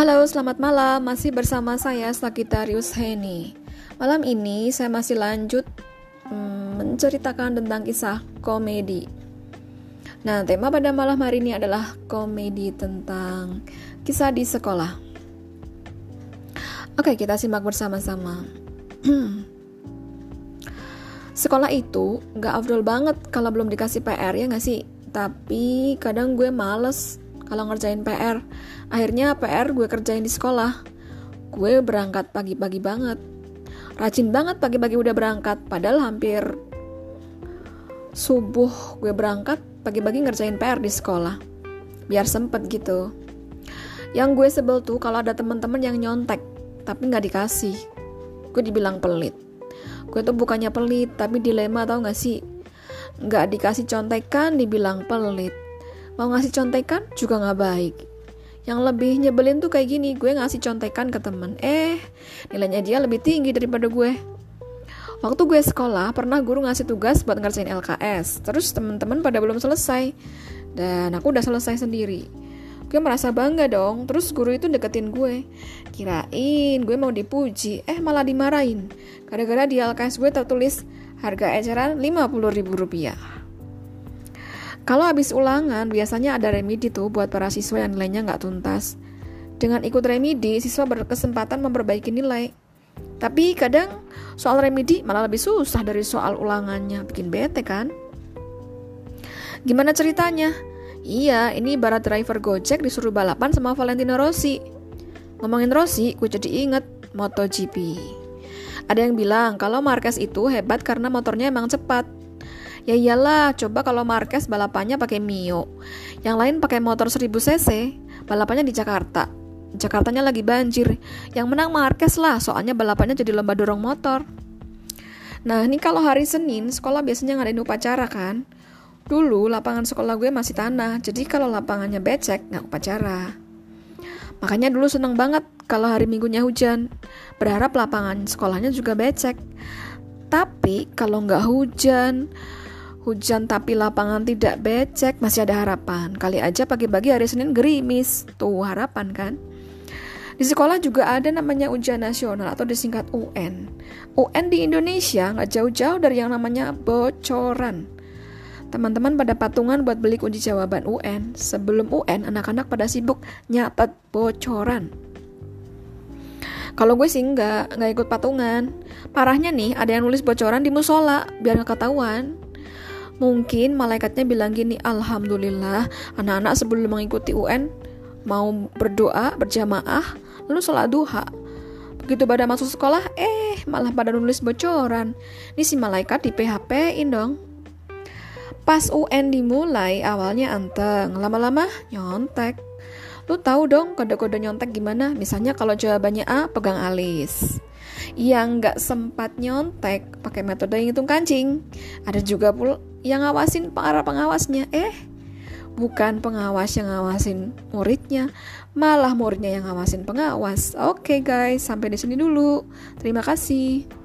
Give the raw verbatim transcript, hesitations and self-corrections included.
Halo, selamat malam. Masih bersama saya Sagittarius Heni. Malam ini saya masih lanjut hmm, menceritakan tentang kisah komedi. Nah, tema pada malam hari ini adalah komedi tentang kisah di sekolah. Oke, kita simak bersama-sama. Sekolah itu gak afdol banget kalau belum dikasih P R, ya gak sih? Tapi kadang gue males kalau ngerjain P R. Akhirnya P R gue kerjain di sekolah. Gue berangkat pagi-pagi banget. Rajin banget pagi-pagi udah berangkat. Padahal hampir subuh gue berangkat, pagi-pagi ngerjain P R di sekolah. Biar sempet gitu. Yang gue sebel tuh kalau ada teman-teman yang nyontek tapi gak dikasih. Gue dibilang pelit. Gue tuh bukannya pelit, tapi dilema, tau gak sih? Gak dikasih contekan dibilang pelit. Mau ngasih contekan juga gak baik. Yang lebih nyebelin tuh kayak gini, gue ngasih contekan ke temen, eh nilainya dia lebih tinggi daripada gue. Waktu gue sekolah, pernah guru ngasih tugas buat ngerjain L K S. Terus temen-temen pada belum selesai, dan aku udah selesai sendiri. Gue merasa bangga dong. Terus guru itu deketin gue, kirain gue mau dipuji, eh malah dimarahin. Gara-gara di L K S gue tertulis harga eceran lima puluh ribu rupiah. Kalau habis ulangan, biasanya ada remedi tuh buat para siswa yang nilainya nggak tuntas. Dengan ikut remedi, siswa berkesempatan memperbaiki nilai. Tapi kadang soal remedi malah lebih susah dari soal ulangannya, bikin bete kan? Gimana ceritanya? Iya, ini ibarat driver Gojek disuruh balapan sama Valentino Rossi. Ngomongin Rossi, gue jadi inget MotoGP. Ada yang bilang kalau Marquez itu hebat karena motornya emang cepat. Ya iyalah, coba kalau Marquez balapannya pakai Mio, yang lain pakai motor seribu cc, balapannya di Jakarta. Jakartanya lagi banjir, yang menang Marquez lah, soalnya balapannya jadi lomba dorong motor. Nah, ini kalau hari Senin, sekolah biasanya ngadain upacara kan. Dulu lapangan sekolah gue masih tanah, jadi kalau lapangannya becek, gak upacara. Makanya dulu seneng banget kalau hari Minggunya hujan, berharap lapangan sekolahnya juga becek. Tapi kalau gak hujan, Hujan tapi lapangan tidak becek, masih ada harapan. Kali aja pagi-pagi hari Senin gerimis. Tuh harapan kan. Di sekolah juga ada namanya ujian nasional atau disingkat U N. U N di Indonesia gak jauh-jauh dari yang namanya bocoran. Teman-teman pada patungan buat beli kunci jawaban U N. Sebelum U N, anak-anak pada sibuk nyatet bocoran. Kalau gue sih enggak, enggak ikut patungan. Parahnya nih, ada yang nulis bocoran di musola biar gak ketahuan. Mungkin malaikatnya bilang gini, alhamdulillah anak-anak sebelum mengikuti U N mau berdoa berjamaah lalu sholat duha. Begitu pada masuk sekolah, eh malah pada nulis bocoran. Ini si malaikat di P H P-in dong. Pas U N dimulai awalnya anteng, lama-lama nyontek. Lu tahu dong kode-kode nyontek gimana? Misalnya kalau jawabannya A, pegang alis. Yang gak sempat nyontek pakai metode hitung kancing. Ada juga pula yang ngawasin para pengawasnya. Eh, bukan pengawas yang ngawasin muridnya, malah muridnya yang ngawasin pengawas. Oke guys, sampai di sini dulu. Terima kasih.